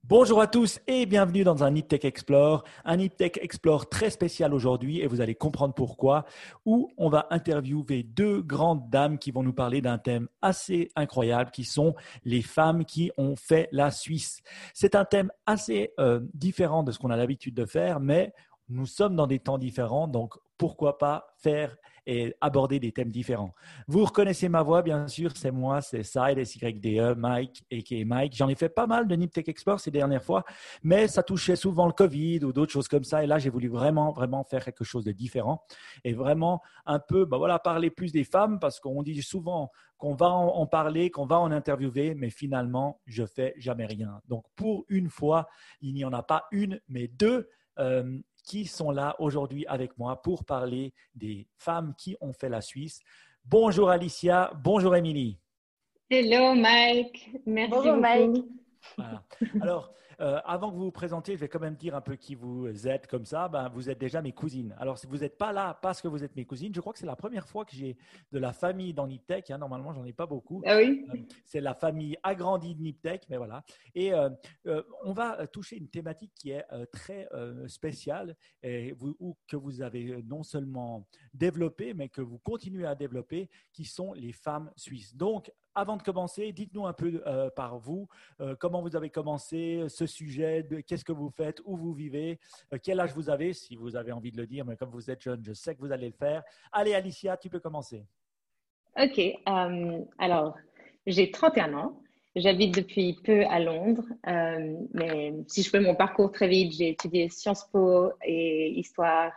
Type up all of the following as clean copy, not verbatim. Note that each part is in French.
Bonjour à tous et bienvenue dans un Niptech Explore. Un Niptech Explore très spécial aujourd'hui et vous allez comprendre pourquoi, où on va interviewer deux grandes dames qui vont nous parler d'un thème assez incroyable qui sont les femmes qui ont fait la Suisse. C'est un thème assez différent de ce qu'on a l'habitude de faire, mais nous sommes dans des temps différents, donc pourquoi pas faire et aborder des thèmes différents. Vous reconnaissez ma voix, bien sûr, c'est moi, c'est Side, SYDE, Mike, a.k.a. Mike. J'en ai fait pas mal de Niptech Explore ces dernières fois, mais ça touchait souvent le Covid ou d'autres choses comme ça. Et là, j'ai voulu vraiment faire quelque chose de différent et vraiment un peu, parler plus des femmes parce qu'on dit souvent qu'on va en parler, qu'on va en interviewer, mais finalement, je fais jamais rien. Donc, pour une fois, il n'y en a pas une, mais deux qui sont là aujourd'hui avec moi pour parler des femmes qui ont fait la Suisse. Bonjour Alicia, bonjour Émilie. Hello Mike, merci Bonjour beaucoup. Mike. Voilà. Alors, avant que vous vous présentiez, je vais quand même dire un peu qui vous êtes comme ça. Vous êtes déjà mes cousines. Alors, si vous n'êtes pas là parce que vous êtes mes cousines, je crois que c'est la première fois que j'ai de la famille dans Niptech. Normalement, j'en ai pas beaucoup. Ah oui? C'est la famille agrandie de Niptech, mais voilà. Et on va toucher une thématique qui est très spéciale et que vous avez non seulement développée, mais que vous continuez à développer, qui sont les femmes suisses. Donc, avant de commencer, dites-nous un peu par vous, comment vous avez commencé ce sujet, qu'est-ce que vous faites, où vous vivez, quel âge vous avez, si vous avez envie de le dire, mais comme vous êtes jeune, je sais que vous allez le faire. Allez Alicia, tu peux commencer. Ok, alors j'ai 31 ans, j'habite depuis peu à Londres, mais si je fais mon parcours très vite, j'ai étudié Sciences Po et Histoire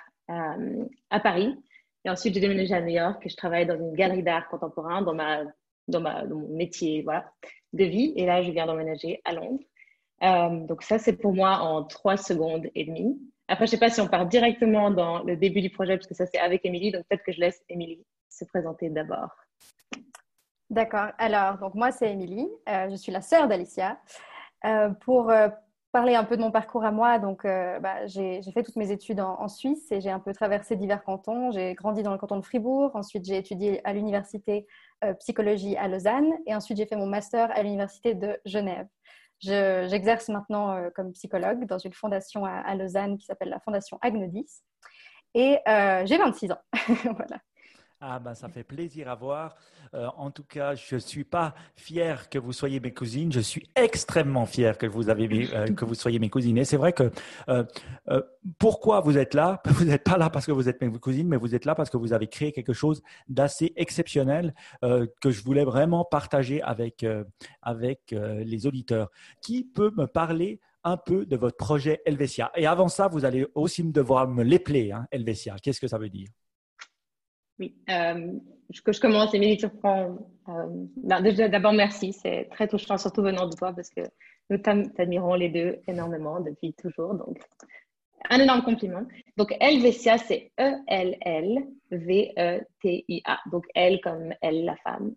à Paris. Et ensuite, j'ai déménagé à New York et je travaille dans une galerie d'art contemporain dans mon métier voilà, de vie. Et là, je viens d'emménager à Londres. Donc ça, c'est pour moi en 3 secondes et demie. Après, je ne sais pas si on part directement dans le début du projet, parce que ça, c'est avec Émilie. Donc peut-être que je laisse Émilie se présenter d'abord. D'accord. Alors, donc moi, c'est Émilie. Je suis la sœur d'Alicia. Pour parler un peu de mon parcours à moi, donc j'ai fait toutes mes études en Suisse et j'ai un peu traversé divers cantons. J'ai grandi dans le canton de Fribourg. Ensuite, j'ai étudié à l'université psychologie à Lausanne et ensuite j'ai fait mon master à l'université de Genève. J'exerce maintenant comme psychologue dans une fondation à Lausanne qui s'appelle la Fondation Agnodis et j'ai 26 ans. Voilà. Ça fait plaisir à voir. En tout cas, je ne suis pas fier que vous soyez mes cousines. Je suis extrêmement fier que que vous soyez mes cousines. Et c'est vrai que pourquoi vous êtes là? Vous n'êtes pas là parce que vous êtes mes cousines, mais vous êtes là parce que vous avez créé quelque chose d'assez exceptionnel que je voulais vraiment partager avec les auditeurs. Qui peut me parler un peu de votre projet Helvetia? Et avant ça, vous allez aussi devoir me l'épeler, hein, Helvetia. Qu'est-ce que ça veut dire? Oui, que je commence, Émilie, tu reprends. Déjà, d'abord, merci, c'est très touchant, surtout venant de toi, parce que nous t'admirons les deux énormément depuis toujours. Donc, un énorme compliment. Donc, Helvetia, c'est E-L-L-V-E-T-I-A. Donc, elle comme elle, la femme.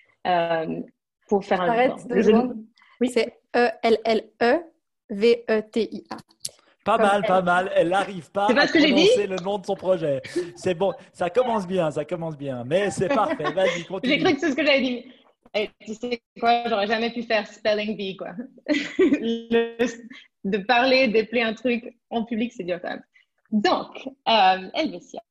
Pour faire Arrête 2 secondes. Oui. C'est E-L-L-E-V-E-T-I-A. Pas Comme mal, elle. pas mal. Elle n'arrive pas C'est pas à ce que j'ai dit? prononcer le nom de son projet. C'est bon, ça commence bien, ça commence bien. Mais c'est parfait, vas-y, J'ai continue. cru que c'est ce que j'avais dit. Et tu sais quoi, j'aurais jamais pu faire spelling bee, quoi. De parler, d'épeler un truc en public, c'est dur quand même. Donc, Helvetia.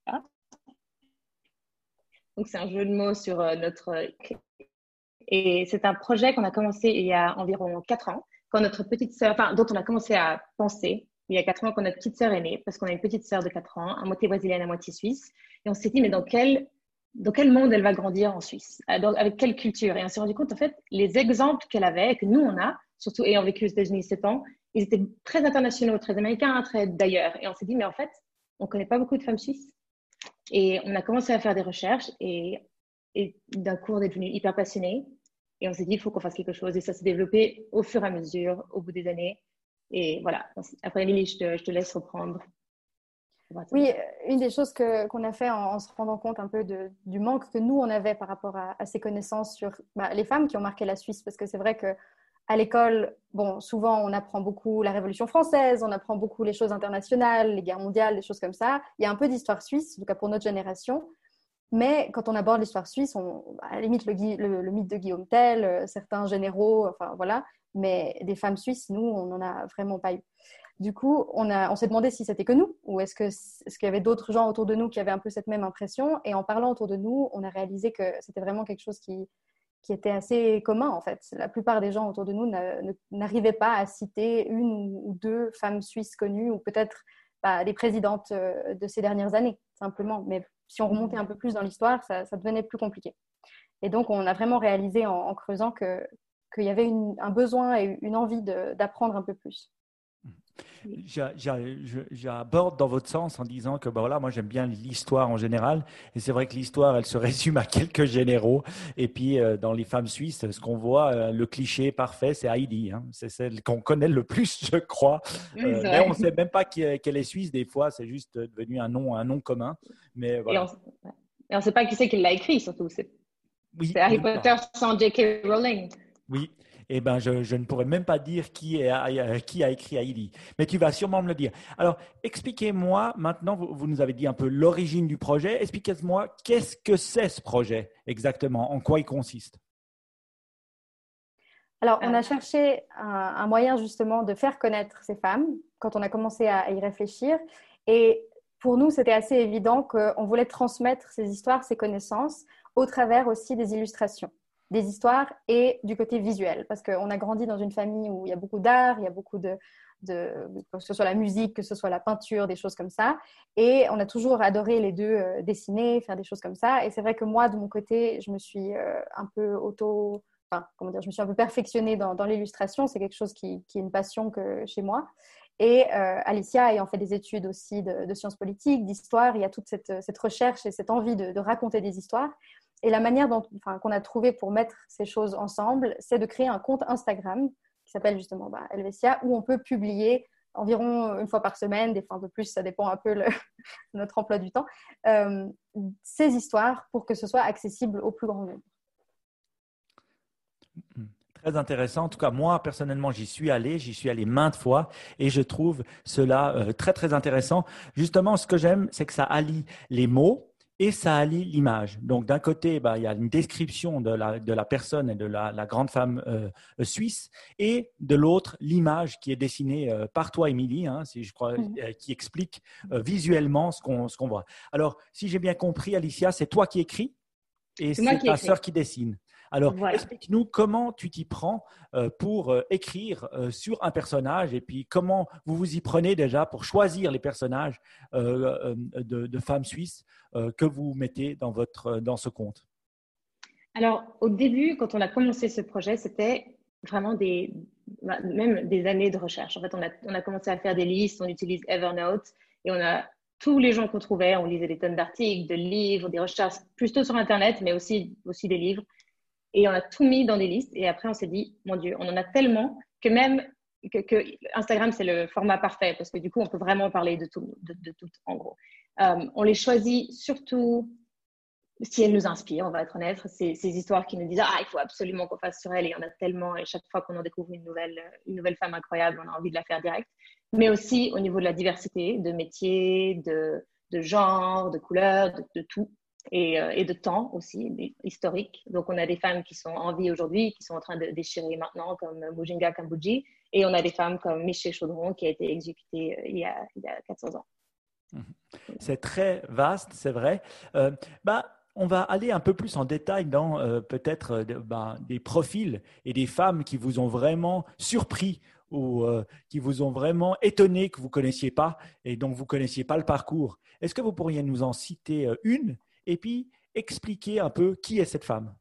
Donc, c'est un jeu de mots sur notre... Et c'est un projet qu'on a commencé il y a environ 4 ans, quand notre petite sœur, enfin, dont on a commencé à penser il y a 4 ans quand notre petite sœur est née, parce qu'on a une petite sœur de 4 ans, à moitié brésilienne, à moitié suisse. Et on s'est dit, mais dans quel monde elle va grandir en Suisse? Avec quelle culture? Et on s'est rendu compte, en fait, les exemples qu'elle avait, et que nous, on a, surtout ayant vécu aux États-Unis 7 ans, ils étaient très internationaux, très américains, très d'ailleurs. Et on s'est dit, mais en fait, on ne connaît pas beaucoup de femmes suisses. Et on a commencé à faire des recherches et d'un coup, on est devenu hyper passionné. Et on s'est dit, il faut qu'on fasse quelque chose. Et ça s'est développé au fur et à mesure, au bout des années. Et voilà. Après, Émilie, je te laisse reprendre. Oui, une des choses qu'on a fait en se rendant compte un peu du manque que nous, on avait par rapport à ces connaissances sur les femmes qui ont marqué la Suisse. Parce que c'est vrai qu'à l'école, bon, souvent, on apprend beaucoup la Révolution française, on apprend beaucoup les choses internationales, les guerres mondiales, des choses comme ça. Il y a un peu d'histoire suisse, en tout cas pour notre génération. Mais quand on aborde l'histoire suisse, à la limite le mythe de Guillaume Tell, certains généraux, enfin voilà. mais des femmes suisses, nous, on n'en a vraiment pas eu. Du coup, on s'est demandé si c'était que nous ou est-ce qu'il y avait d'autres gens autour de nous qui avaient un peu cette même impression. Et en parlant autour de nous, on a réalisé que c'était vraiment quelque chose qui était assez commun en fait. La plupart des gens autour de nous n'arrivaient pas à citer une ou deux femmes suisses connues ou peut-être les présidentes de ces dernières années, simplement. Mais si on remontait un peu plus dans l'histoire, ça devenait plus compliqué. Et donc, on a vraiment réalisé en creusant qu'il y avait un besoin et une envie d'apprendre un peu plus. J'aborde dans votre sens en disant que voilà, moi j'aime bien l'histoire en général et c'est vrai que l'histoire elle se résume à quelques généraux et puis dans les femmes suisses ce qu'on voit le cliché parfait c'est Heidi, hein. C'est celle qu'on connaît le plus je crois, mais on ne sait même pas qu'elle est suisse des fois, c'est juste devenu un nom commun, mais voilà. Et on ne sait pas qui c'est qui l'a écrit surtout, c'est Harry Potter sans J.K. Rowling. Oui. Eh ben, je ne pourrais même pas dire qui a écrit Heidi, mais tu vas sûrement me le dire. Alors, expliquez-moi, maintenant, vous nous avez dit un peu l'origine du projet. Expliquez-moi, qu'est-ce que c'est ce projet exactement? En quoi il consiste? Alors, on a cherché un moyen justement de faire connaître ces femmes quand on a commencé à y réfléchir. Et pour nous, c'était assez évident qu'on voulait transmettre ces histoires, ces connaissances, au travers aussi des illustrations, des histoires et du côté visuel. Parce qu'on a grandi dans une famille où il y a beaucoup d'art, il y a beaucoup que ce soit la musique, que ce soit la peinture, des choses comme ça. Et on a toujours adoré les deux dessiner, faire des choses comme ça. Et c'est vrai que moi, de mon côté, je me suis un peu je me suis un peu perfectionnée dans l'illustration. C'est quelque chose qui est une passion chez moi. Et Alicia ayant fait des études aussi de sciences politiques, d'histoire, il y a toute cette recherche et cette envie de raconter des histoires. Et la manière qu'on a trouvé pour mettre ces choses ensemble, c'est de créer un compte Instagram qui s'appelle justement Helvetia, où on peut publier environ une fois par semaine, des fois un peu plus, ça dépend un peu de notre emploi du temps, ces histoires pour que ce soit accessible au plus grand nombre. Très intéressant. En tout cas, moi, personnellement, j'y suis allé maintes fois et je trouve cela très, très intéressant. Justement, ce que j'aime, c'est que ça allie les mots et ça allie l'image. Donc, d'un côté, il y a une description de la personne et de la grande femme suisse et de l'autre, l'image qui est dessinée par toi, Émilie, hein, si je crois, qui explique visuellement ce qu'on voit. Alors, si j'ai bien compris, Alicia, c'est toi qui écris et c'est ta sœur qui dessine. Alors, voilà. Explique-nous comment tu t'y prends pour écrire sur un personnage et puis comment vous vous y prenez déjà pour choisir les personnages de femmes suisses que vous mettez dans ce conte. Alors, au début, quand on a commencé ce projet, c'était vraiment même des années de recherche. En fait, on a commencé à faire des listes, on utilise Evernote et on a tous les gens qu'on trouvait, on lisait des tonnes d'articles, de livres, des recherches plutôt sur Internet, mais aussi des livres. Et on a tout mis dans des listes. Et après, on s'est dit, mon Dieu, on en a tellement que même que Instagram, c'est le format parfait parce que du coup, on peut vraiment parler de tout en gros. On les choisit surtout si elles nous inspirent, on va être honnête. Ces histoires qui nous disent, il faut absolument qu'on fasse sur elles. Et il y en a tellement. Et chaque fois qu'on en découvre une nouvelle femme incroyable, on a envie de la faire direct. Mais aussi au niveau de la diversité, de métiers, de genre, de couleurs, de tout. Et de temps aussi, historique. Donc, on a des femmes qui sont en vie aujourd'hui, qui sont en train de déchirer maintenant, comme Mujinga Kambuji. Et on a des femmes comme Miché Chaudron, qui a été exécutée il y a 400 ans. C'est très vaste, c'est vrai. On va aller un peu plus en détail dans peut-être des profils et des femmes qui vous ont vraiment surpris ou qui vous ont vraiment étonné que vous ne connaissiez pas et dont vous ne connaissiez pas le parcours. Est-ce que vous pourriez nous en citer une et puis expliquer un peu qui est cette femme?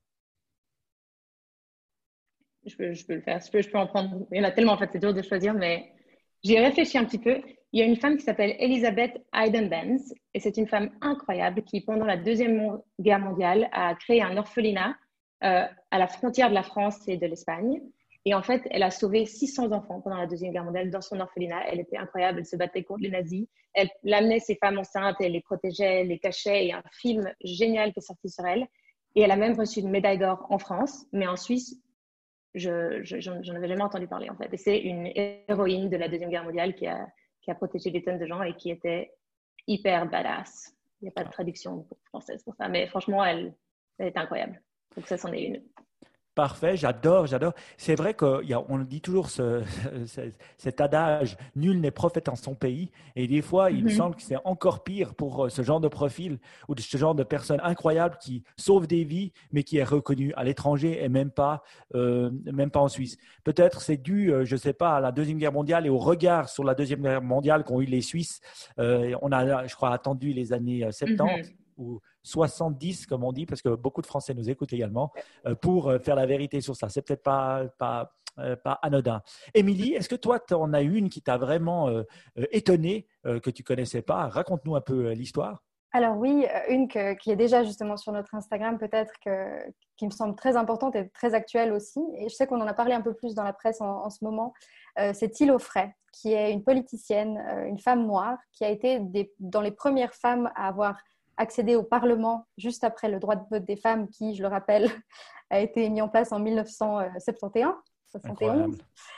Je peux le faire. Je peux en prendre. Il y en a tellement, en fait, c'est dur de choisir, mais j'ai réfléchi un petit peu. Il y a une femme qui s'appelle Elisabeth Hayden-Benz et c'est une femme incroyable qui, pendant la Deuxième Guerre mondiale, a créé un orphelinat à la frontière de la France et de l'Espagne. Et en fait, elle a sauvé 600 enfants pendant la Deuxième Guerre mondiale dans son orphelinat. Elle était incroyable, elle se battait contre les nazis. Elle amenait ses femmes enceintes, elle les protégeait, elle les cachait. Il y a un film génial qui est sorti sur elle. Et elle a même reçu une médaille d'or en France, mais en Suisse, j'en avais jamais entendu parler en fait. Et c'est une héroïne de la Deuxième Guerre mondiale qui a protégé des tonnes de gens et qui était hyper badass. Il n'y a pas de traduction française pour ça, mais franchement, elle est incroyable. Donc ça, c'en est une. Parfait, j'adore, j'adore. C'est vrai qu'on dit toujours cet adage, nul n'est prophète en son pays. Et des fois, il me semble que c'est encore pire pour ce genre de profil ou de ce genre de personne incroyable qui sauve des vies, mais qui est reconnue à l'étranger et même pas en Suisse. Peut-être c'est dû, je ne sais pas, à la Deuxième Guerre mondiale et au regard sur la Deuxième Guerre mondiale qu'ont eu les Suisses. On a, je crois, attendu les années 70 ou 70, comme on dit, parce que beaucoup de Français nous écoutent également, pour faire la vérité sur ça. C'est peut-être pas anodin. Émilie, est-ce que toi, tu en as une qui t'a vraiment étonnée, que tu ne connaissais pas? Raconte-nous un peu l'histoire. Alors oui, qui est déjà justement sur notre Instagram, peut-être qui me semble très importante et très actuelle aussi. Et je sais qu'on en a parlé un peu plus dans la presse en ce moment. C'est Thilo Frey, qui est une politicienne, une femme noire, qui a été dans les premières femmes à avoir accédé au Parlement juste après le droit de vote des femmes, qui, je le rappelle, a été mis en place en 1971. 71,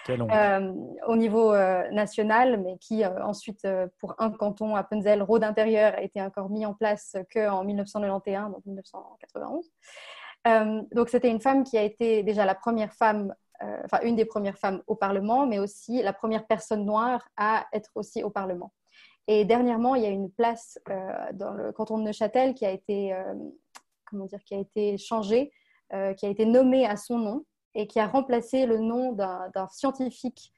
au niveau national, mais qui ensuite, pour un canton, Appenzell, Rhôde intérieur, a été encore mis en place qu'en 1991, donc 1991. Donc, c'était une femme qui a été déjà la première femme, une des premières femmes au Parlement, mais aussi la première personne noire à être aussi au Parlement. Et dernièrement, il y a une place dans le canton de Neuchâtel qui a été changée, qui a été nommée à son nom et qui a remplacé le nom d'un scientifique,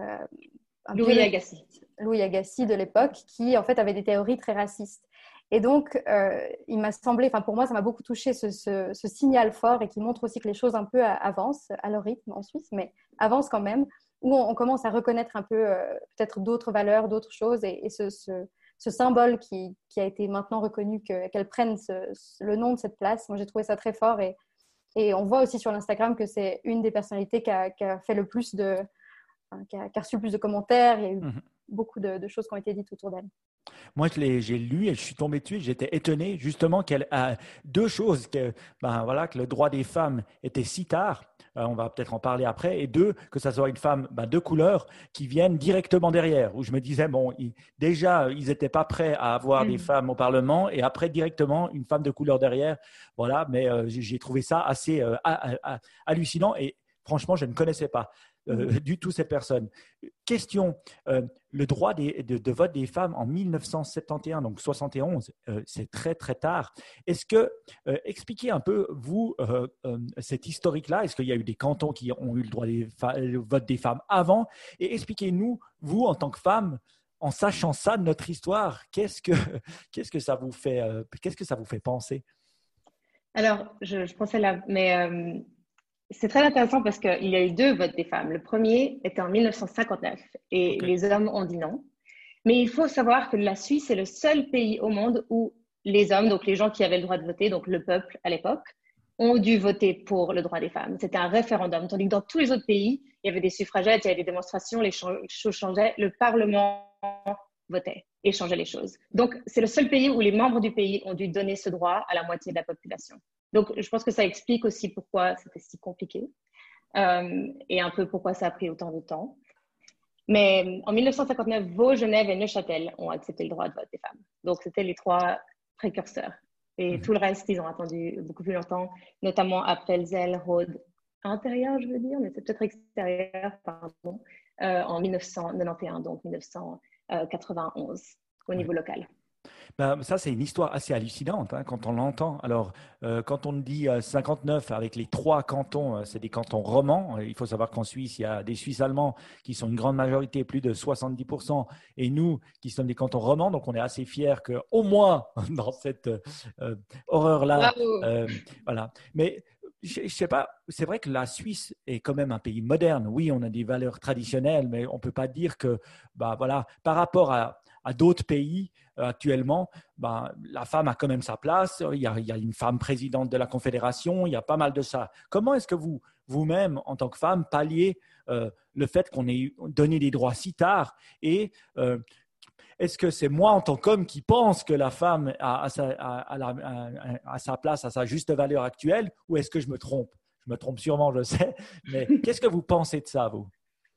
Louis Agassiz. Louis Agassiz de l'époque, qui en fait avait des théories très racistes. Et donc, il m'a semblé, pour moi, ça m'a beaucoup touché ce signal fort et qui montre aussi que les choses un peu avancent à leur rythme en Suisse, mais avancent quand même, où on commence à reconnaître un peu peut-être d'autres valeurs, d'autres choses, et ce symbole qui a été maintenant reconnu, qu'elle prenne le nom de cette place. Moi, j'ai trouvé ça très fort, et on voit aussi sur l'Instagram que c'est une des personnalités qui a fait le plus qui a reçu le plus de commentaires. Il y a eu beaucoup de choses qui ont été dites autour d'elle. Moi, j'ai lu et je suis tombé dessus. J'étais étonné justement qu'elle a deux choses. Que le droit des femmes était si tard. On va peut-être en parler après. Et deux, que ça soit une femme de couleur qui vienne directement derrière. Où je me disais, déjà, ils n'étaient pas prêts à avoir des femmes au Parlement. Et après, directement, une femme de couleur derrière. Voilà, mais j'ai trouvé ça assez hallucinant. Et franchement, je ne connaissais pas du tout ces personnes. Question, le droit de vote des femmes en 1971, donc 71, c'est très très tard. Est-ce que, expliquez un peu, vous, cet historique-là, est-ce qu'il y a eu des cantons qui ont eu le droit de vote des femmes avant? Et expliquez-nous, vous, en tant que femme, en sachant ça de notre histoire, qu'est-ce que ça vous fait penser? Alors, je pensais là, mais c'est très intéressant parce qu'il y a eu deux votes des femmes. Le premier était en 1959 et les hommes ont dit non. Mais il faut savoir que la Suisse est le seul pays au monde où les hommes, donc les gens qui avaient le droit de voter, donc le peuple à l'époque, ont dû voter pour le droit des femmes. C'était un référendum. Tandis que dans tous les autres pays, il y avait des suffragettes, il y avait des démonstrations, les choses changeaient. Le Parlement votait et changeait les choses. Donc, c'est le seul pays où les membres du pays ont dû donner ce droit à la moitié de la population. Donc, je pense que ça explique aussi pourquoi c'était si compliqué et un peu pourquoi ça a pris autant de temps. Mais en 1959, Vaud, Genève et Neuchâtel ont accepté le droit de vote des femmes. Donc, c'était les trois précurseurs. Et tout le reste, ils ont attendu beaucoup plus longtemps, notamment Appenzell, Rhôde intérieur, je veux dire, mais c'est peut-être extérieur, pardon, en 1991, donc 1991, au niveau local. Ça, c'est une histoire assez hallucinante quand on l'entend. Alors, quand on dit 59 avec les trois cantons, c'est des cantons romans. Il faut savoir qu'en Suisse, il y a des Suisses allemands qui sont une grande majorité, plus de 70%, et nous qui sommes des cantons romans. Donc, on est assez fiers qu'au moins dans cette horreur-là, voilà. Mais je ne sais pas, c'est vrai que la Suisse est quand même un pays moderne. Oui, on a des valeurs traditionnelles, mais on ne peut pas dire que, voilà, par rapport à d'autres pays actuellement, la femme a quand même sa place. Il y a une femme présidente de la Confédération, il y a pas mal de ça. Comment est-ce que vous-même, en tant que femme, palliez le fait qu'on ait donné des droits si tard et est-ce que c'est moi, en tant qu'homme, qui pense que la femme a sa place, à sa juste valeur actuelle, ou est-ce que je me trompe? Je me trompe sûrement, je sais, mais qu'est-ce que vous pensez de ça, vous?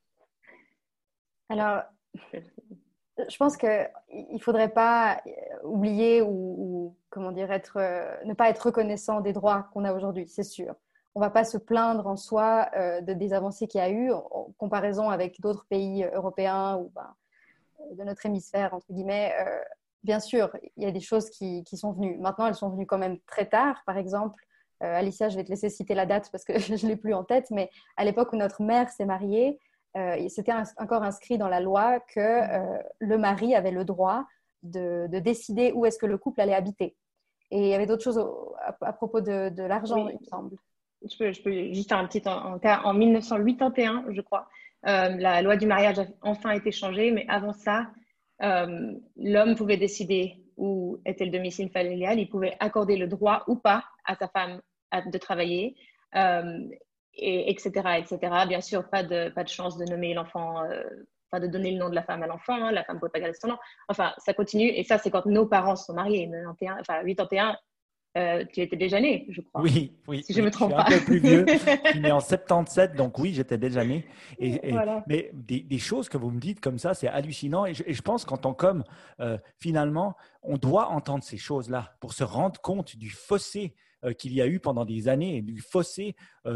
Alors, je pense qu'il ne faudrait pas oublier ou comment dire, ne pas être reconnaissant des droits qu'on a aujourd'hui, c'est sûr. on ne va pas se plaindre en soi des avancées qu'il y a eu en comparaison avec d'autres pays européens ou de notre hémisphère, entre guillemets. Bien sûr, il y a des choses qui sont venues. Maintenant, elles sont venues quand même très tard. Par exemple, Alicia, je vais te laisser citer la date parce que je ne l'ai plus en tête, mais à l'époque où notre mère s'est mariée, c'était encore inscrit dans la loi que le mari avait le droit de décider où est-ce que le couple allait habiter. Et il y avait d'autres choses à propos de l'argent, Oui. il me semble. Je peux juste faire un petit en 1981, je crois. La loi du mariage a enfin été changée, mais avant ça, l'homme pouvait décider où était le domicile familial. Il pouvait accorder le droit ou pas à sa femme de travailler, etc., etc. Bien sûr, pas de chance de nommer l'enfant, de donner le nom de la femme à l'enfant. Hein, la femme ne pouvait pas garder son nom. Enfin, ça continue. Et ça, c'est quand nos parents sont mariés. 81, tu étais déjà né, je crois. Oui, si je me trompe pas. Je suis un peu plus vieux. Je suis né en 77, donc oui, j'étais déjà né. Voilà. Mais des choses que vous me dites comme ça, c'est hallucinant. Et je pense qu'en tant qu'homme, finalement, on doit entendre ces choses-là pour se rendre compte du fossé qu'il y a eu pendant des années, et du fossé.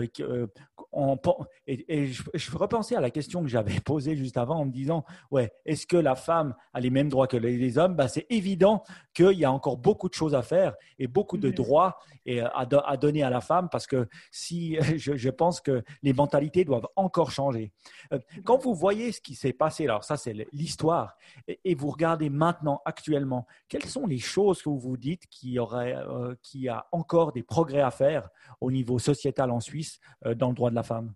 Je repensais à la question que j'avais posée juste avant en me disant, ouais, est-ce que la femme a les mêmes droits que les hommes? C'est évident qu'il y a encore beaucoup de choses à faire et beaucoup de droits à donner à la femme, parce que je pense que les mentalités doivent encore changer. Quand vous voyez ce qui s'est passé, alors ça c'est l'histoire, et vous regardez maintenant, actuellement, quelles sont les choses que vous vous dites qu'il y a encore des progrès à faire au niveau sociétal en Suisse dans le droit de la femme?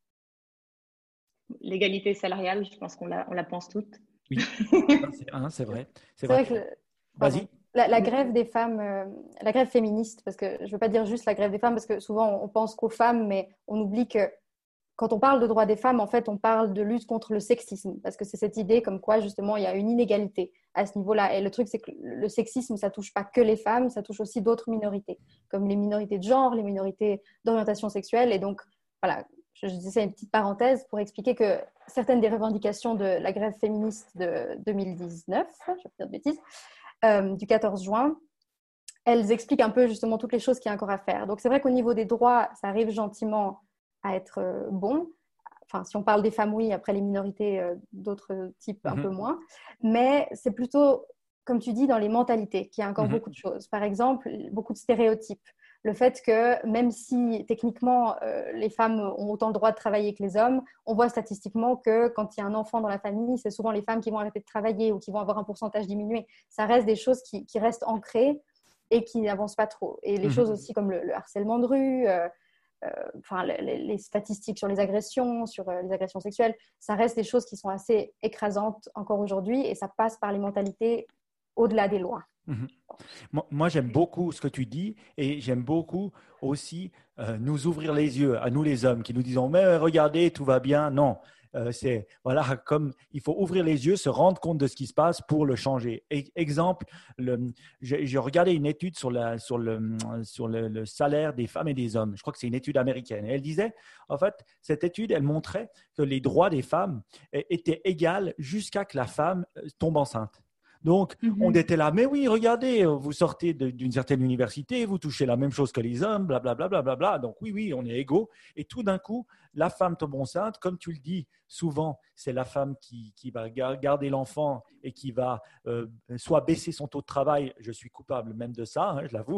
L'égalité salariale, je pense qu'on la pense toutes. Oui, c'est vrai. C'est vrai que Vas-y. La grève des femmes, la grève féministe, parce que je ne veux pas dire juste la grève des femmes, parce que souvent on pense qu'aux femmes, mais on oublie que quand on parle de droits des femmes, en fait, on parle de lutte contre le sexisme, parce que c'est cette idée comme quoi, justement, il y a une inégalité à ce niveau-là. Et le truc, c'est que le sexisme, ça ne touche pas que les femmes, ça touche aussi d'autres minorités, comme les minorités de genre, les minorités d'orientation sexuelle. Et donc, voilà, je disais une petite parenthèse pour expliquer que certaines des revendications de la grève féministe de 2019, je vais pas dire de bêtises, du 14 juin, elles expliquent un peu justement toutes les choses qu'il y a encore à faire. Donc, c'est vrai qu'au niveau des droits, ça arrive gentiment à être bon. Enfin, si on parle des femmes, oui, après les minorités d'autres types, un peu moins. Mais c'est plutôt, comme tu dis, dans les mentalités qu'il y a encore beaucoup de choses. Par exemple, beaucoup de stéréotypes. Le fait que même si techniquement les femmes ont autant le droit de travailler que les hommes, on voit statistiquement que quand il y a un enfant dans la famille, c'est souvent les femmes qui vont arrêter de travailler ou qui vont avoir un pourcentage diminué. Ça reste des choses qui restent ancrées et qui n'avancent pas trop. Et les choses aussi comme le harcèlement de rue, les statistiques sur les agressions sexuelles, ça reste des choses qui sont assez écrasantes encore aujourd'hui et ça passe par les mentalités au-delà des lois. Moi, j'aime beaucoup ce que tu dis et j'aime beaucoup aussi nous ouvrir les yeux, à nous les hommes, qui nous disons « mais regardez, tout va bien ». Non, voilà, comme il faut ouvrir les yeux, se rendre compte de ce qui se passe pour le changer. Exemple, j'ai regardé une étude sur le salaire des femmes et des hommes. Je crois que c'est une étude américaine. Et elle disait, en fait, cette étude, elle montrait que les droits des femmes étaient égaux jusqu'à que la femme tombe enceinte. Donc, on était là, mais oui, regardez, vous sortez d'une certaine université, vous touchez la même chose que les hommes, blablabla. Bla, bla, bla, bla. Donc, oui, on est égaux. Et tout d'un coup, la femme tombe enceinte. Comme tu le dis, souvent, c'est la femme qui va garder l'enfant et qui va soit baisser son taux de travail, je suis coupable même de ça, je l'avoue,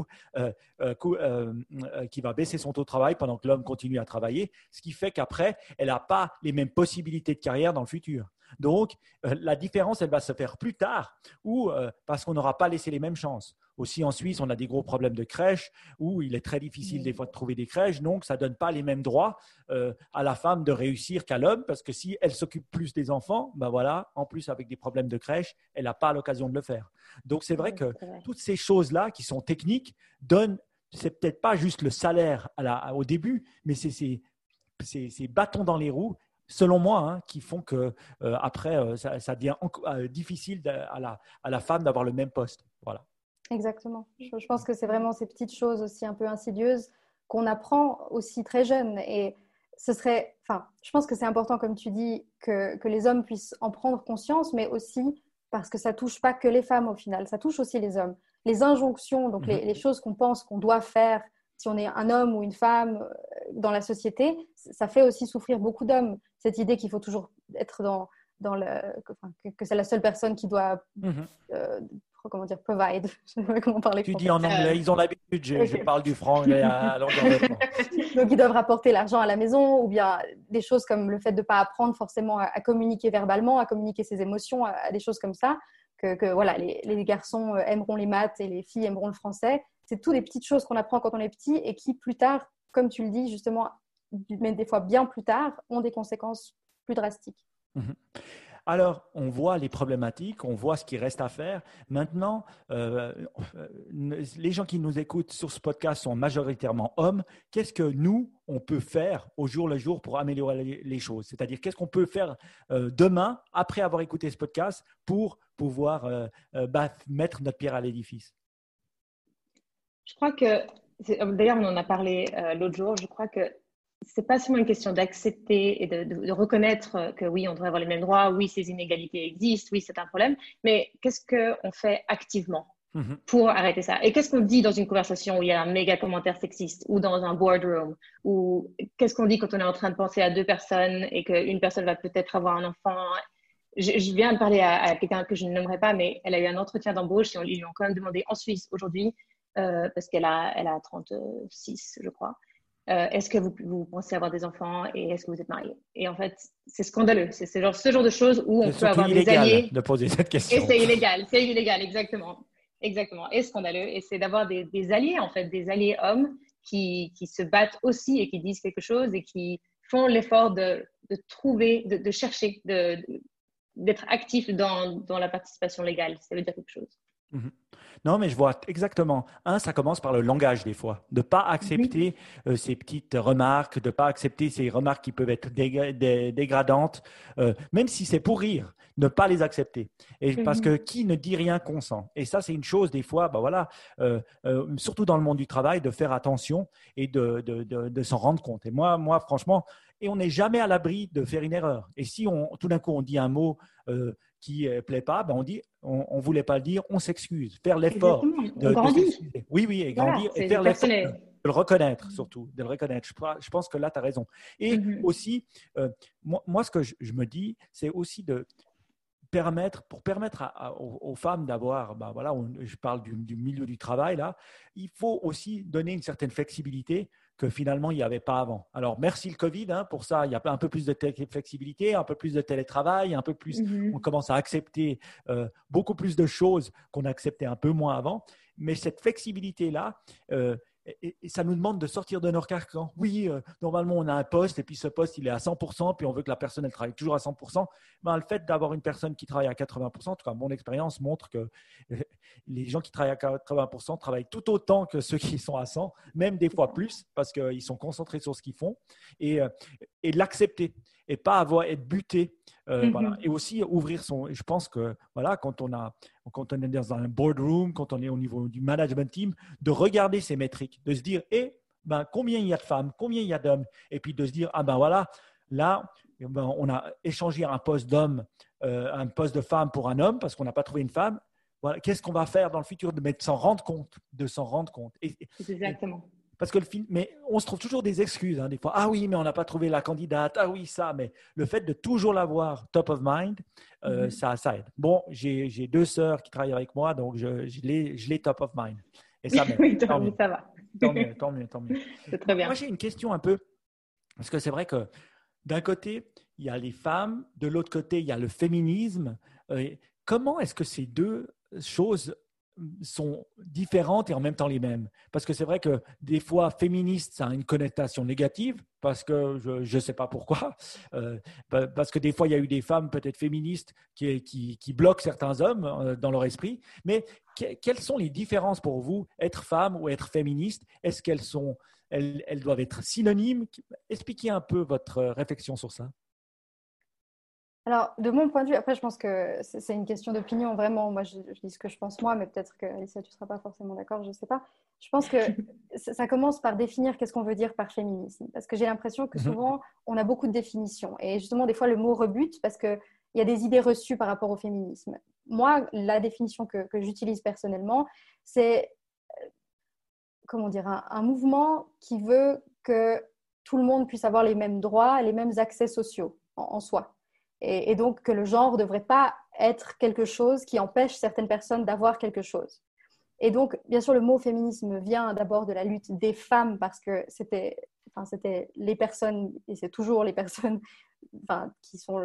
qui va baisser son taux de travail pendant que l'homme continue à travailler, ce qui fait qu'après, elle n'a pas les mêmes possibilités de carrière dans le futur. Donc, la différence, elle va se faire plus tard ou parce qu'on n'aura pas laissé les mêmes chances. Aussi, en Suisse, on a des gros problèmes de crèches où il est très difficile des fois de trouver des crèches. Donc, ça ne donne pas les mêmes droits à la femme de réussir qu'à l'homme parce que si elle s'occupe plus des enfants, ben voilà, en plus avec des problèmes de crèche, elle n'a pas l'occasion de le faire. Donc, c'est vrai que toutes ces choses-là qui sont techniques donnent, c'est peut-être pas juste le salaire au début, mais c'est ces bâtons dans les roues, selon moi, qui font que après ça devient difficile à la femme d'avoir le même poste. Voilà. Exactement. Je pense que c'est vraiment ces petites choses aussi un peu insidieuses qu'on apprend aussi très jeune. Et je pense que c'est important, comme tu dis, que les hommes puissent en prendre conscience, mais aussi parce que ça touche pas que les femmes au final, ça touche aussi les hommes. Les injonctions, donc les choses qu'on pense qu'on doit faire si on est un homme ou une femme dans la société, ça fait aussi souffrir beaucoup d'hommes. Cette idée qu'il faut toujours être que c'est la seule personne qui doit comment dire, provide. Je ne sais pas comment parler Tu français. dis en anglais, ils ont l'habitude, je parle du franglais à longueur de temps. Donc, ils doivent rapporter l'argent à la maison, ou bien des choses comme le fait de ne pas apprendre forcément à communiquer verbalement, à communiquer ses émotions, à des choses comme ça, que voilà, les garçons aimeront les maths et les filles aimeront le français. C'est toutes les petites choses qu'on apprend quand on est petit et qui, plus tard, comme tu le dis, justement, mais des fois bien plus tard, ont des conséquences plus drastiques. Alors, on voit les problématiques, on voit ce qui reste à faire. Maintenant, les gens qui nous écoutent sur ce podcast sont majoritairement hommes. Qu'est-ce que nous, on peut faire au jour le jour pour améliorer les choses? C'est-à-dire, qu'est-ce qu'on peut faire demain, après avoir écouté ce podcast, pour pouvoir mettre notre pierre à l'édifice? Je crois que, d'ailleurs, on en a parlé l'autre jour, je crois que c'est pas seulement une question d'accepter et de reconnaître que oui, on devrait avoir les mêmes droits, oui, ces inégalités existent, oui, c'est un problème, mais qu'est-ce qu'on fait activement pour arrêter ça? Et qu'est-ce qu'on dit dans une conversation où il y a un méga commentaire sexiste ou dans un boardroom? Ou qu'est-ce qu'on dit quand on est en train de penser à deux personnes et qu'une personne va peut-être avoir un enfant? Je viens de parler à quelqu'un que je ne nommerai pas, mais elle a eu un entretien d'embauche et on lui a quand même demandé en Suisse aujourd'hui, parce qu'elle a 36, je crois. Est-ce que vous pensez avoir des enfants et est-ce que vous êtes marié? Et en fait, c'est scandaleux. C'est ce genre de choses où on peut avoir des alliés. De poser cette question. Et c'est illégal, exactement. Exactement. Et scandaleux. Et c'est d'avoir des alliés, en fait, des alliés hommes qui se battent aussi et qui disent quelque chose et qui font l'effort de trouver, de chercher, d'être actifs dans la participation légale. Ça veut dire quelque chose. Non, mais je vois exactement. Ça commence par le langage des fois. De ne pas accepter ces petites remarques, de ne pas accepter ces remarques qui peuvent être dégradantes, même si c'est pour rire, ne pas les accepter. Et parce que qui ne dit rien consent. Et ça, c'est une chose des fois, surtout dans le monde du travail, de faire attention et de s'en rendre compte. Et moi franchement, et on n'est jamais à l'abri de faire une erreur. Et si tout d'un coup on dit un mot qui ne plaît pas, on dit on ne voulait pas le dire, on s'excuse. Faire l'effort de s'excuser. Oui, et grandir et faire l'effort de le reconnaître surtout, de le reconnaître. Je pense que là, tu as raison. Et aussi, moi, ce que je me dis, c'est aussi de permettre aux femmes d'avoir, je parle du milieu du travail là, il faut aussi donner une certaine flexibilité que finalement il n'y avait pas avant. Alors merci le Covid pour ça, il y a un peu plus de flexibilité, un peu plus de télétravail, un peu plus, on commence à accepter beaucoup plus de choses qu'on acceptait un peu moins avant, mais cette flexibilité là, et ça nous demande de sortir de nos carcans. Oui, normalement, on a un poste et puis ce poste, il est à 100%, puis on veut que la personne, elle travaille toujours à 100%. Le fait d'avoir une personne qui travaille à 80%, en tout cas, mon expérience montre que les gens qui travaillent à 80% travaillent tout autant que ceux qui sont à 100%, même des fois plus, parce qu'ils sont concentrés sur ce qu'ils font, et l'accepter et pas être buté. Voilà. Et aussi ouvrir je pense que quand on est dans un boardroom, quand on est au niveau du management team, de regarder ces métriques, de se dire combien il y a de femmes, combien il y a d'hommes, et puis de se dire là on a échangé un poste d'homme, un poste de femme pour un homme parce qu'on n'a pas trouvé une femme. Voilà, qu'est-ce qu'on va faire dans le futur de s'en rendre compte. Exactement. Parce que mais on se trouve toujours des excuses des fois. Ah oui, mais on n'a pas trouvé la candidate. Ah oui, ça. Mais le fait de toujours l'avoir top of mind, ça aide. Bon, j'ai 2 sœurs qui travaillent avec moi, donc je l'ai top of mind. Et ça m'aide. Oui, ça va. Tant mieux. C'est très bien. Moi, j'ai une question un peu, parce que c'est vrai que d'un côté, il y a les femmes, de l'autre côté, il y a le féminisme. Comment est-ce que ces deux choses sont différentes et en même temps les mêmes? Parce que c'est vrai que des fois, féministe, ça a une connotation négative, parce que je ne sais pas pourquoi, parce que des fois, il y a eu des femmes peut-être féministes qui bloquent certains hommes dans leur esprit. Mais quelles sont les différences pour vous, être femme ou être féministe? Est-ce elles doivent être synonymes? Expliquez un peu votre réflexion sur ça. Alors, de mon point de vue, après, je pense que c'est une question d'opinion, vraiment. Moi, je dis ce que je pense moi, mais peut-être que, Alicia, tu ne seras pas forcément d'accord, je ne sais pas. Je pense que ça commence par définir qu'est-ce qu'on veut dire par féminisme. Parce que j'ai l'impression que souvent, on a beaucoup de définitions. Et justement, des fois, le mot rebute parce qu'il y a des idées reçues par rapport au féminisme. Moi, la définition que j'utilise personnellement, c'est comment dire, un mouvement qui veut que tout le monde puisse avoir les mêmes droits, les mêmes accès sociaux en soi. Et donc que le genre ne devrait pas être quelque chose qui empêche certaines personnes d'avoir quelque chose. Et donc, bien sûr, le mot féminisme vient d'abord de la lutte des femmes parce que c'était les personnes, et c'est toujours les personnes qui sont,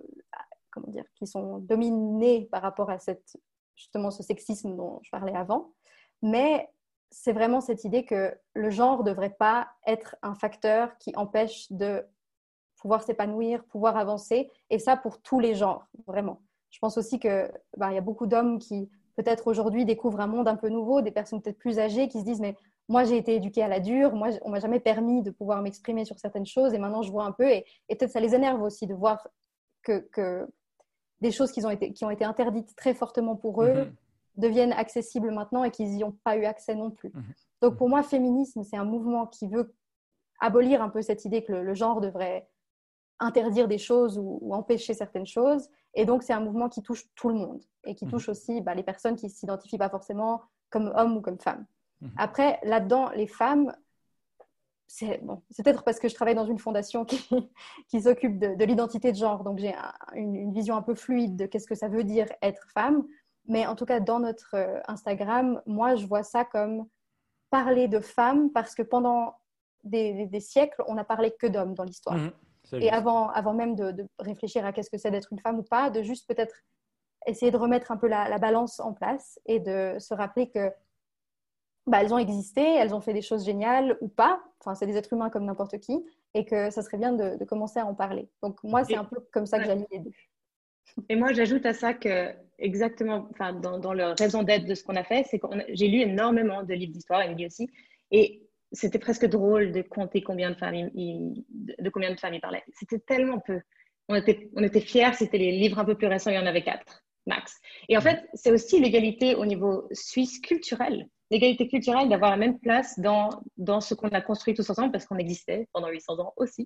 qui sont dominées par rapport à justement ce sexisme dont je parlais avant. Mais c'est vraiment cette idée que le genre ne devrait pas être un facteur qui empêche de pouvoir s'épanouir, pouvoir avancer, et ça pour tous les genres, vraiment. Je pense aussi qu'il y a beaucoup d'hommes qui, peut-être aujourd'hui, découvrent un monde un peu nouveau, des personnes peut-être plus âgées qui se disent « mais moi, j'ai été éduquée à la dure, moi, on ne m'a jamais permis de pouvoir m'exprimer sur certaines choses, et maintenant, je vois un peu, et peut-être ça les énerve aussi de voir que des choses qui ont été interdites très fortement pour eux deviennent accessibles maintenant et qu'ils n'y ont pas eu accès non plus. Donc pour moi, féminisme, c'est un mouvement qui veut abolir un peu cette idée que le genre devrait interdire des choses ou empêcher certaines choses. Et donc, c'est un mouvement qui touche tout le monde et qui touche aussi les personnes qui ne s'identifient pas forcément comme hommes ou comme femmes. Après, là-dedans, les femmes, c'est peut-être parce que je travaille dans une fondation qui s'occupe de l'identité de genre. Donc, j'ai une vision un peu fluide de qu'est-ce que ça veut dire être femme. Mais en tout cas, dans notre Instagram, moi, je vois ça comme parler de femmes parce que pendant des siècles, on n'a parlé que d'hommes dans l'histoire. Et avant même de réfléchir à qu'est-ce que c'est d'être une femme ou pas, de juste peut-être essayer de remettre un peu la balance en place et de se rappeler que elles ont existé, elles ont fait des choses géniales ou pas. Enfin, c'est des êtres humains comme n'importe qui et que ça serait bien de commencer à en parler. Donc moi, c'est un peu comme ça que j'allie les deux. Et moi, j'ajoute à ça que exactement, dans le raison d'être de ce qu'on a fait, c'est que j'ai lu énormément de livres d'histoire, Émilie aussi, et c'était presque drôle de compter combien de femmes il parlait. C'était tellement peu. On était fiers, c'était les livres un peu plus récents, il y en avait 4, max. Et en fait, c'est aussi l'égalité au niveau suisse culturel. L'égalité culturelle d'avoir la même place dans ce qu'on a construit tous ensemble, parce qu'on existait pendant 800 ans aussi.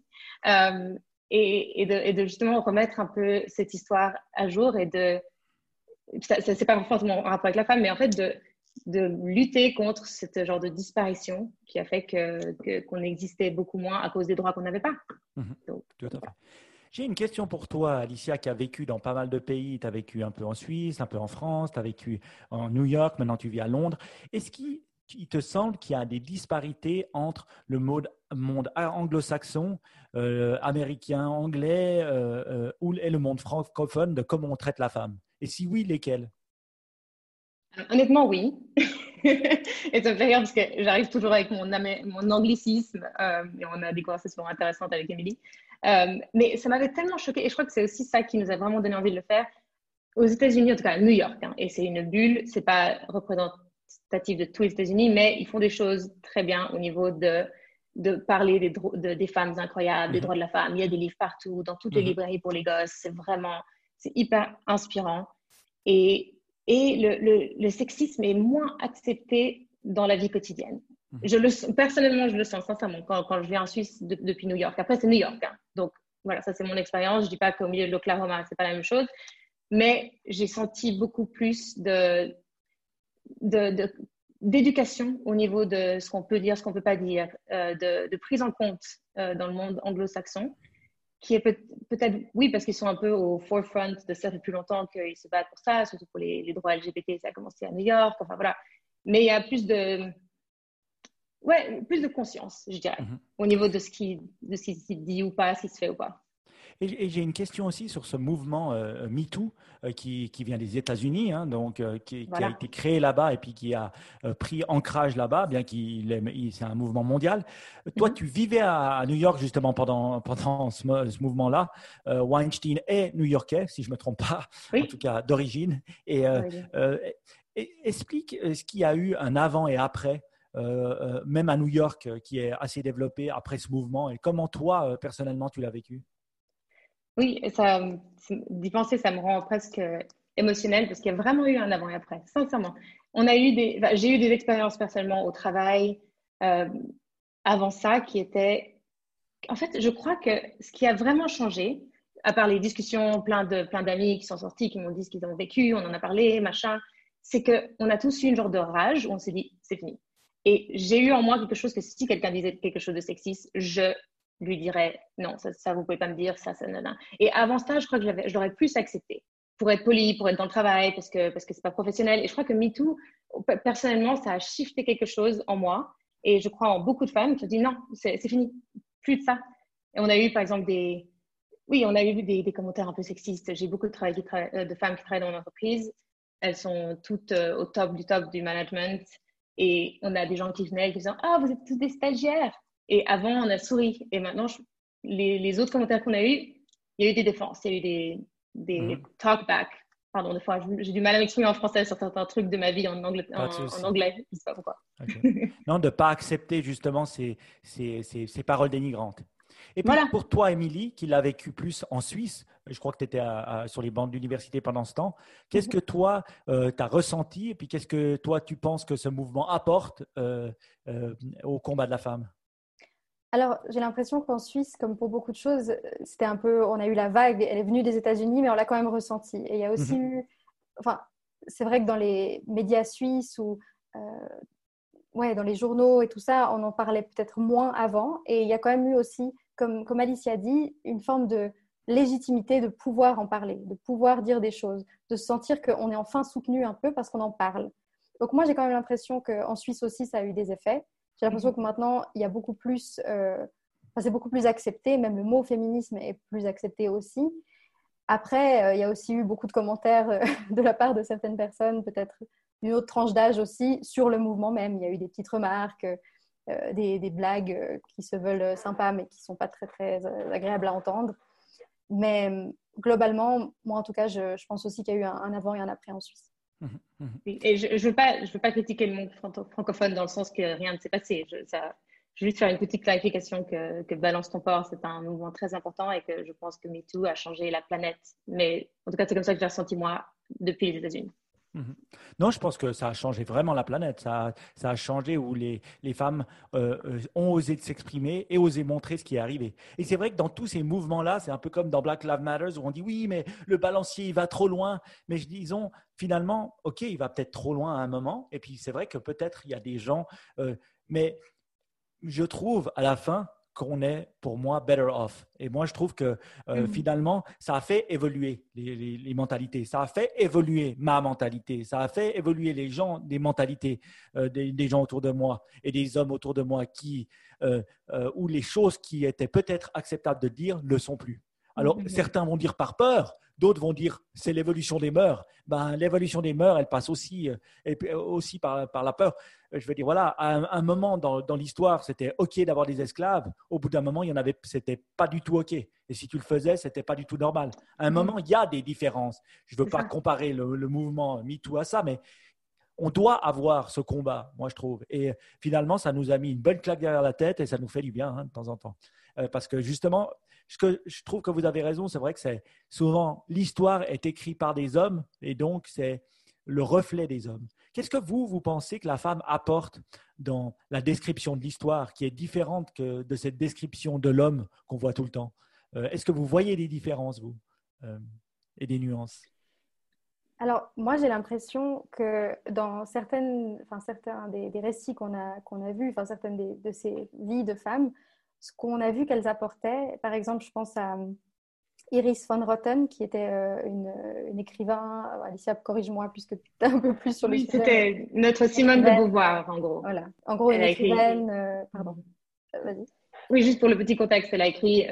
Et de justement remettre un peu cette histoire à jour et c'est pas forcément en rapport avec la femme, mais en fait de lutter contre ce genre de disparition qui a fait qu'on existait beaucoup moins à cause des droits qu'on n'avait pas. Donc, tout à fait. J'ai une question pour toi, Alicia, qui a vécu dans pas mal de pays. Tu as vécu un peu en Suisse, un peu en France, tu as vécu en New York, maintenant tu vis à Londres. Est-ce qu'il te semble qu'il y a des disparités entre le monde anglo-saxon, américain, anglais et le monde francophone de comment on traite la femme? Et si oui, lesquels? Honnêtement, oui. Et ça me fait rire parce que j'arrive toujours avec mon anglicisme et on a des conversations intéressantes avec Émilie. Mais ça m'avait tellement choquée et je crois que c'est aussi ça qui nous a vraiment donné envie de le faire. Aux États-Unis, en tout cas à New York, et c'est une bulle, c'est pas représentatif de tous les États-Unis, mais ils font des choses très bien au niveau de parler des femmes incroyables, des droits de la femme. Il y a des livres partout, dans toutes les librairies pour les gosses. C'est hyper inspirant. Et le sexisme est moins accepté dans la vie quotidienne. Personnellement, je le sens sincèrement quand je viens en Suisse depuis New York. Après, c'est New York. Donc, voilà, ça, c'est mon expérience. Je ne dis pas qu'au milieu de l'Oklahoma, ce n'est pas la même chose. Mais j'ai senti beaucoup plus d'éducation au niveau de ce qu'on peut dire, ce qu'on ne peut pas dire, de prise en compte dans le monde anglo-saxon, qui est peut-être, oui, parce qu'ils sont un peu au forefront de ça depuis plus longtemps qu'ils se battent pour ça, surtout pour les droits LGBT, ça a commencé à New York, enfin voilà. Mais il y a plus de conscience, je dirais, au niveau de ce qui se dit ou pas, ce qui se fait ou pas. Et j'ai une question aussi sur ce mouvement MeToo qui vient des États-Unis, qui a été créé là-bas et puis qui a pris ancrage là-bas, bien c'est un mouvement mondial. Toi, tu vivais à New York justement pendant ce mouvement-là. Weinstein est new-yorkais, si je ne me trompe pas, en tout cas d'origine. Et explique ce qu'il y a eu un avant et après. Même à New York, qui est assez développé après ce mouvement. Et comment toi, personnellement, tu l'as vécu? Oui, d'y penser, ça me rend presque émotionnelle parce qu'il y a vraiment eu un avant et après, sincèrement. J'ai eu des expériences personnellement au travail avant ça qui étaient… En fait, je crois que ce qui a vraiment changé, à part les discussions, plein d'amis qui sont sortis, qui m'ont dit ce qu'ils ont vécu, on en a parlé, machin, c'est qu'on a tous eu une genre de rage où on s'est dit, c'est fini. Et j'ai eu en moi quelque chose que si quelqu'un disait quelque chose de sexiste, je lui dirais non, ça vous pouvez pas me dire, ça, non, non. Et avant ça, je crois que je l'aurais plus accepté pour être poli, pour être dans le travail, parce que c'est pas professionnel. Et je crois que MeToo, personnellement, ça a shifté quelque chose en moi. Et je crois en beaucoup de femmes qui ont dit non, c'est fini, plus de ça. Et on a eu, par exemple, on a eu des commentaires un peu sexistes. J'ai beaucoup de femmes qui travaillent dans mon entreprise. Elles sont toutes au top du management. Et on a des gens qui venaient et qui disaient ah, vous êtes tous des stagiaires. Et avant, on a souri. Et maintenant, les autres commentaires qu'on a eus, il y a eu des défenses, il y a eu des talkbacks. Pardon, des fois, j'ai du mal à m'exprimer en français sur certains trucs de ma vie en anglais. Je ne sais pas pourquoi. Okay. Non, de ne pas accepter justement ces paroles dénigrantes. Et puis Voilà. pour toi, Émilie, qui l'a vécu plus en Suisse, je crois que tu étais sur les bancs de l'université pendant ce temps, qu'est-ce que toi, tu as ressenti et puis qu'est-ce que toi, tu penses que ce mouvement apporte au combat de la femme? Alors, j'ai l'impression qu'en Suisse, comme pour beaucoup de choses, c'était un peu, on a eu la vague, elle est venue des États-Unis, mais on l'a quand même ressentie. Et il y a aussi eu, enfin, c'est vrai que dans les médias suisses ou dans les journaux et tout ça, on en parlait peut-être moins avant. Et il y a quand même eu aussi, comme Alicia a dit, une forme de légitimité de pouvoir en parler, de pouvoir dire des choses, de se sentir qu'on est enfin soutenu un peu parce qu'on en parle. Donc moi, j'ai quand même l'impression qu'en Suisse aussi, ça a eu des effets. J'ai l'impression que maintenant, il y a beaucoup plus, c'est beaucoup plus accepté, même le mot féminisme est plus accepté aussi. Après, il y a aussi eu beaucoup de commentaires de la part de certaines personnes, peut-être d'une autre tranche d'âge aussi, sur le mouvement même. Il y a eu des petites remarques, des blagues qui se veulent sympas, mais qui ne sont pas très, très agréables à entendre. Mais globalement, moi en tout cas, je pense aussi qu'il y a eu un avant et un après en Suisse. Et je ne veux pas critiquer le monde francophone dans le sens que rien ne s'est passé. Je veux juste faire une petite clarification que Balance ton port, c'est un mouvement très important et que je pense que MeToo a changé la planète. Mais en tout cas, c'est comme ça que j'ai ressenti moi depuis les États-Unis. Non, je pense que ça a changé vraiment la planète. Ça a changé où les femmes ont osé s'exprimer et osé montrer ce qui est arrivé. Et c'est vrai que dans tous ces mouvements-là, c'est un peu comme dans Black Lives Matter où on dit oui, mais le balancier, il va trop loin. Mais disons, finalement, OK, il va peut-être trop loin à un moment. Et puis, c'est vrai que peut-être il y a des gens… mais je trouve à la fin qu'on est, pour moi, better off. Et moi, je trouve que finalement, ça a fait évoluer les mentalités. Ça a fait évoluer ma mentalité. Ça a fait évoluer les gens, des mentalités des gens autour de moi et des hommes autour de moi où les choses qui étaient peut-être acceptables de dire ne le sont plus. Alors, certains vont dire par peur, d'autres vont dire c'est l'évolution des mœurs. L'évolution des mœurs, elle passe aussi par la peur. Je veux dire, voilà, à un moment dans l'histoire, c'était OK d'avoir des esclaves. Au bout d'un moment, c'était pas du tout OK. Et si tu le faisais, c'était pas du tout normal. À un moment, il y a des différences. Je veux pas comparer le mouvement MeToo à ça, mais on doit avoir ce combat, moi, je trouve. Et finalement, ça nous a mis une bonne claque derrière la tête et ça nous fait du bien de temps en temps. Parce que justement, je trouve que vous avez raison, c'est vrai que c'est souvent l'histoire est écrite par des hommes et donc c'est le reflet des hommes. Qu'est-ce que vous pensez que la femme apporte dans la description de l'histoire qui est différente que de cette description de l'homme qu'on voit tout le temps? Est-ce que vous voyez des différences, vous, et des nuances? Alors, moi, j'ai l'impression que dans certains des récits qu'on a vus, certaines de ces vies de femmes, ce qu'on a vu qu'elles apportaient, par exemple, je pense à Iris von Rotten, qui était une écrivain. Alicia, corrige-moi puisque tu es un peu plus sur le sujet. Oui, c'était notre Simone de Beauvoir, en gros. Voilà. En gros, une écrivaine. Pardon. Vas-y. Oui, juste pour le petit contexte, elle a écrit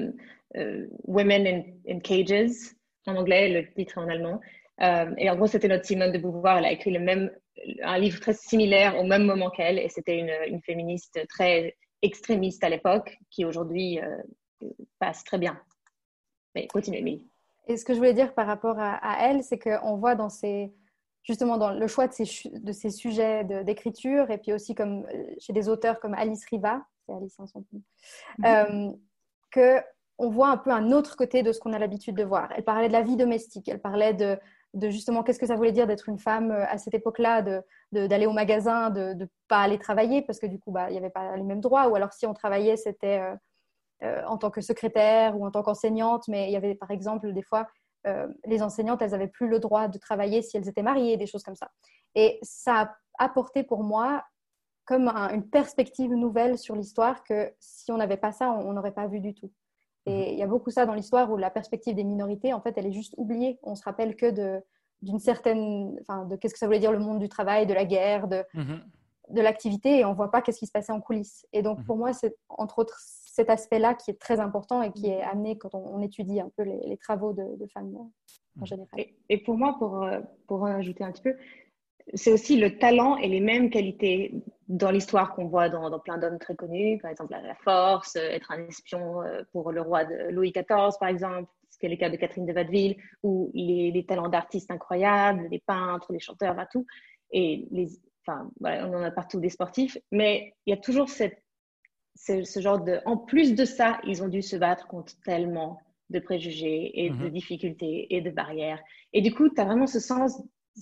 Women in Cages, en anglais, le titre en allemand. Et en gros, c'était notre Simone de Beauvoir. Elle a écrit un livre très similaire au même moment qu'elle. Et c'était une féministe très extrémiste à l'époque, qui aujourd'hui passe très bien. Mais continue, Émilie. Et ce que je voulais dire par rapport à elle, c'est qu'on voit justement dans le choix de ces sujets d'écriture, et puis aussi comme chez des auteurs comme Alice Riva, c'est Alice son nom, qu'on voit un peu un autre côté de ce qu'on a l'habitude de voir. Elle parlait de la vie domestique, elle parlait de justement qu'est-ce que ça voulait dire d'être une femme à cette époque-là, d'aller au magasin, de ne pas aller travailler, parce que du coup, il n'y avait pas les mêmes droits, ou alors si on travaillait, c'était en tant que secrétaire ou en tant qu'enseignante, mais il y avait par exemple des fois, les enseignantes, elles n'avaient plus le droit de travailler si elles étaient mariées, des choses comme ça. Et ça a apporté pour moi comme une perspective nouvelle sur l'histoire que si on n'avait pas ça, on n'aurait pas vu du tout. Et il y a beaucoup ça dans l'histoire où la perspective des minorités, en fait, elle est juste oubliée. On se rappelle que d'une certaine, enfin, de qu'est-ce que ça voulait dire le monde du travail, de la guerre, de l'activité, et on ne voit pas qu'est-ce qui se passait en coulisses. Et donc, pour moi, c'est entre autres cet aspect-là qui est très important et qui est amené quand on étudie un peu les travaux de femmes en général. Et pour moi, pour en ajouter un petit peu, c'est aussi le talent et les mêmes qualités dans l'histoire qu'on voit dans plein d'hommes très connus, par exemple la force, être un espion pour le roi de Louis XIV, par exemple, ce qui est le cas de Catherine de Watteville, ou les talents d'artistes incroyables, les peintres, les chanteurs, tout. Et enfin, voilà, on en a partout des sportifs, mais il y a toujours ce genre de… En plus de ça, ils ont dû se battre contre tellement de préjugés et de difficultés et de barrières. Et du coup, tu as vraiment ce sens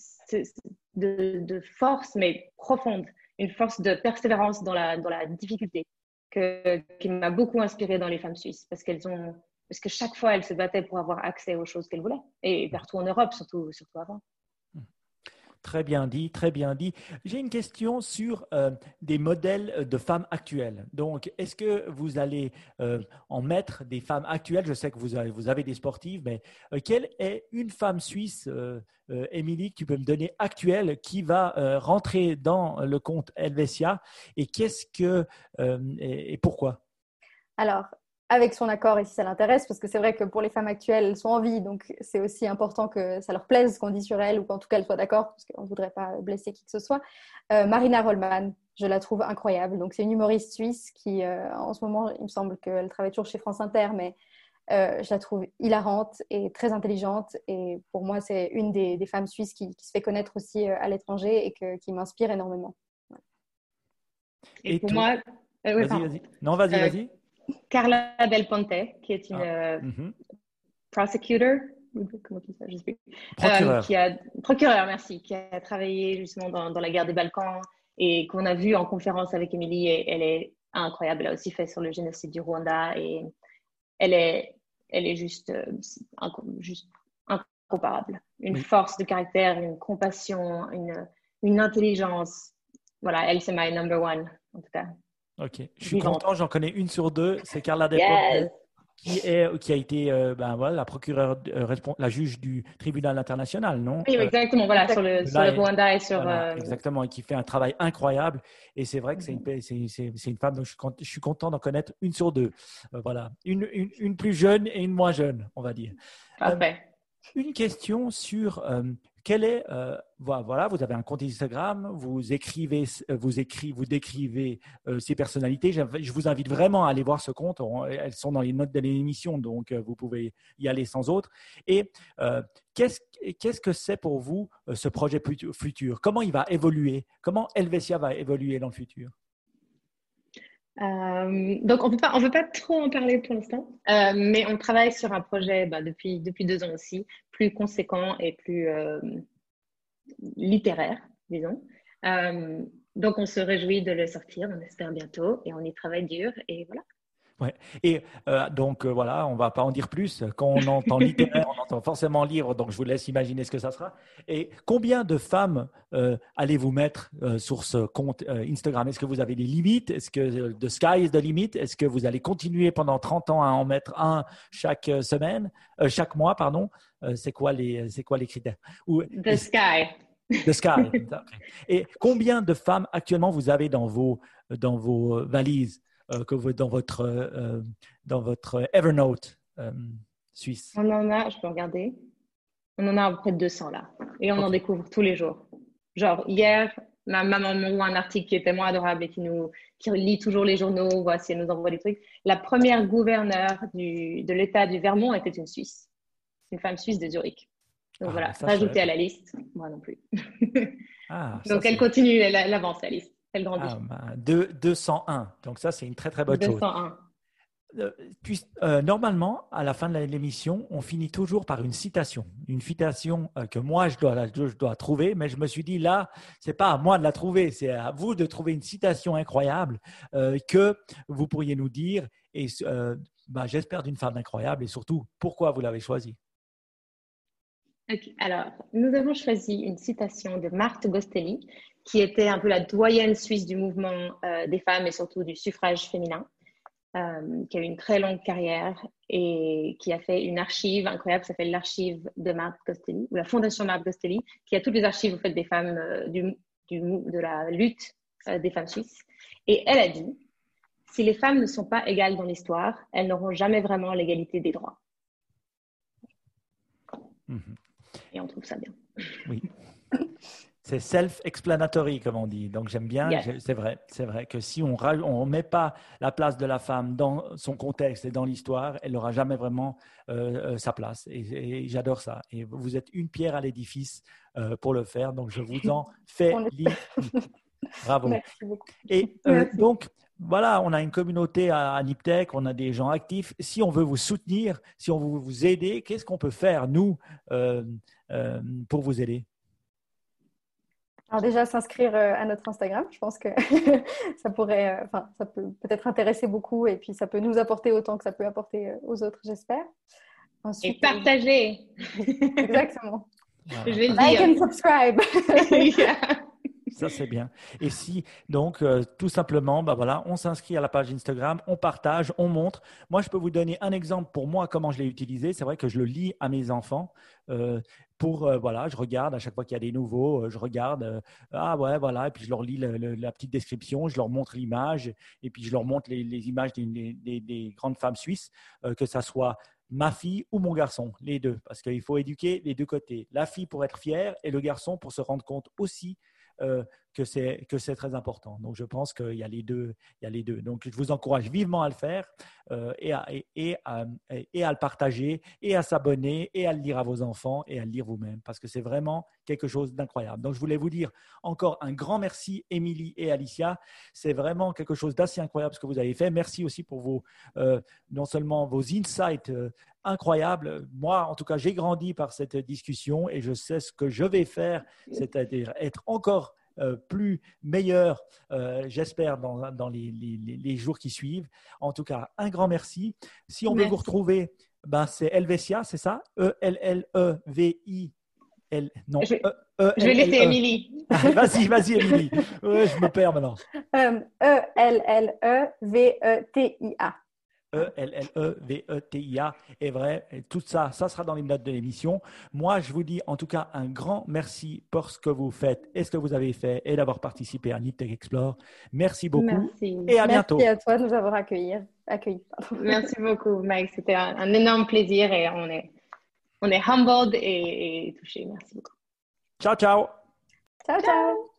de force, mais profonde, une force de persévérance dans la difficulté qui m'a beaucoup inspirée dans les femmes suisses parce que chaque fois, elles se battaient pour avoir accès aux choses qu'elles voulaient et partout en Europe, surtout avant. Très bien dit, très bien dit. J'ai une question sur des modèles de femmes actuelles. Donc, est-ce que vous allez en mettre des femmes actuelles? Je sais que vous avez des sportives, mais quelle est une femme suisse, Émilie, que tu peux me donner actuelle, qui va rentrer dans le compte Helvetia et et pourquoi? Alors, avec son accord et si ça l'intéresse, parce que c'est vrai que pour les femmes actuelles, elles sont en vie, donc c'est aussi important que ça leur plaise ce qu'on dit sur elles ou qu'en tout cas elles soient d'accord, parce qu'on ne voudrait pas blesser qui que ce soit. Marina Rollman, je la trouve incroyable. Donc, c'est une humoriste suisse qui, en ce moment, il me semble qu'elle travaille toujours chez France Inter, mais je la trouve hilarante et très intelligente. Et pour moi, c'est une des femmes suisses qui se fait connaître aussi à l'étranger et qui m'inspire énormément. Ouais. Et pour moi… vas-y. Non, vas-y. Carla Del Ponte, qui est une prosecutor, comment tu dis ça, je sais plus. Procureur, merci, qui a travaillé justement dans la guerre des Balkans et qu'on a vu en conférence avec Émilie. Et elle est incroyable. Elle a aussi fait sur le génocide du Rwanda et elle est juste incomparable. Une force de caractère, une compassion, une intelligence. Voilà, elle, c'est my number one, en tout cas. Ok, je suis content, j'en connais une sur deux, c'est Carla Del Ponte, qui a été la procureure, la juge du tribunal international, non? Oui, exactement, voilà, sur le Rwanda et sur… Voilà, exactement, et qui fait un travail incroyable. Et c'est vrai que c'est une femme, donc je suis content d'en connaître une sur deux. Voilà, une plus jeune et une moins jeune, on va dire. Parfait. Une question sur quel est, voilà, vous avez un compte Instagram, vous décrivez ces personnalités. Je vous invite vraiment à aller voir ce compte. Elles sont dans les notes de l'émission, donc vous pouvez y aller sans autre. Et qu'est-ce que c'est pour vous ce projet futur? Comment il va évoluer? Comment Helvetia va évoluer dans le futur? Donc, on veut pas trop en parler pour l'instant, mais on travaille sur un projet depuis 2 ans aussi, plus conséquent et plus littéraire, disons. Donc, on se réjouit de le sortir, on espère bientôt, et on y travaille dur, et voilà. Ouais. Et donc, voilà, on ne va pas en dire plus. Quand on entend littéraire, on entend forcément livre, donc je vous laisse imaginer ce que ça sera. Et combien de femmes allez-vous mettre sur ce compte Instagram? Est-ce que vous avez des limites? Est-ce que the sky is the limit? Est-ce que vous allez continuer pendant 30 ans à en mettre un chaque mois, pardon? C'est quoi les critères? The sky. The sky. Et combien de femmes actuellement vous avez dans vos valises? Dans votre Evernote suisse? On en a, je peux regarder, on en a à peu près 200 là. Et on en découvre tous les jours. Genre, hier, ma maman m'envoie un article qui est tellement adorable et qui lit toujours les journaux, voici, elle nous envoie des trucs. La première gouverneure de l'État du Vermont était une Suisse. Une femme suisse de Zurich. Donc voilà, rajoutée à la liste. Moi non plus. Donc elle continue, elle avance la liste. Elle grandit. 201. Donc ça, c'est une très, très bonne 201. chose. Normalement, à la fin de l'émission, on finit toujours par une citation. Une citation que moi, je dois trouver. Mais je me suis dit, là, ce n'est pas à moi de la trouver. C'est à vous de trouver une citation incroyable que vous pourriez nous dire. Et j'espère d'une femme incroyable. Et surtout, pourquoi vous l'avez choisie? Ok. Alors, nous avons choisi une citation de Marthe Gostelli, qui était un peu la doyenne suisse du mouvement des femmes et surtout du suffrage féminin, qui a eu une très longue carrière et qui a fait une archive incroyable qui s'appelle l'archive de Marthe Gostelli, ou la Fondation Marthe Gostelli, qui a toutes les archives au fait, des femmes de la lutte des femmes suisses. Et elle a dit, si les femmes ne sont pas égales dans l'histoire, elles n'auront jamais vraiment l'égalité des droits. Et on trouve ça bien. Oui. C'est self-explanatory, comme on dit. Donc, j'aime bien. Yes. C'est vrai que si on ne met pas la place de la femme dans son contexte et dans l'histoire, elle n'aura jamais vraiment sa place. Et j'adore ça. Et vous êtes une pierre à l'édifice pour le faire. Donc, je vous en félicite. Bravo. Merci beaucoup. Et Merci. donc, voilà, on a une communauté à Niptech, on a des gens actifs. Si on veut vous soutenir, si on veut vous aider, qu'est-ce qu'on peut faire, nous, pour vous aider? Alors déjà, s'inscrire à notre Instagram, je pense que ça pourrait, ça peut peut-être intéresser beaucoup et puis ça peut nous apporter autant que ça peut apporter aux autres, j'espère. Et partager. Exactement. Voilà. Je vais le Like dire. and subscribe. Ça, c'est bien. Et si, donc, tout simplement, voilà, on s'inscrit à la page Instagram, on partage, on montre. Moi, je peux vous donner un exemple pour moi, comment je l'ai utilisé. C'est vrai que je le lis à mes enfants. Voilà, je regarde à chaque fois qu'il y a des nouveaux, je regarde, ah ouais, voilà, et puis je leur lis la petite description, je leur montre l'image, et puis je leur montre les images des grandes femmes suisses, que ça soit ma fille ou mon garçon, les deux, parce qu'il faut éduquer les deux côtés. La fille pour être fière et le garçon pour se rendre compte aussi que c'est très important. Donc, je pense qu'il y a les deux. Donc, je vous encourage vivement à le faire et à le partager et à s'abonner et à le lire à vos enfants et à le lire vous-même parce que c'est vraiment quelque chose d'incroyable. Donc, je voulais vous dire encore un grand merci, Émilie et Alicia. C'est vraiment quelque chose d'assez incroyable ce que vous avez fait. Merci aussi pour non seulement vos insights incroyables. Moi, en tout cas, j'ai grandi par cette discussion et je sais ce que je vais faire, c'est-à-dire être encore plus meilleur, j'espère, dans les jours qui suivent. En tout cas, un grand merci. Si on veut vous retrouver, c'est Helvetia, c'est ça? E-L-L-E-V-I. Non, je vais laisser Émilie. Vas-y, Émilie. Je me perds maintenant. E-L-L-E-V-E-T-I-A. E-L-L-E-V-E-T-I-A est vrai. Et tout ça, ça sera dans les notes de l'émission. Moi, je vous dis en tout cas un grand merci pour ce que vous faites et ce que vous avez fait et d'avoir participé à Niptech Explore. Merci beaucoup Merci. et à bientôt. Merci à toi de nous avoir accueillis. Merci beaucoup, Mike. C'était un énorme plaisir et on est humbled et touchés. Merci beaucoup. Ciao, ciao. Ciao, ciao.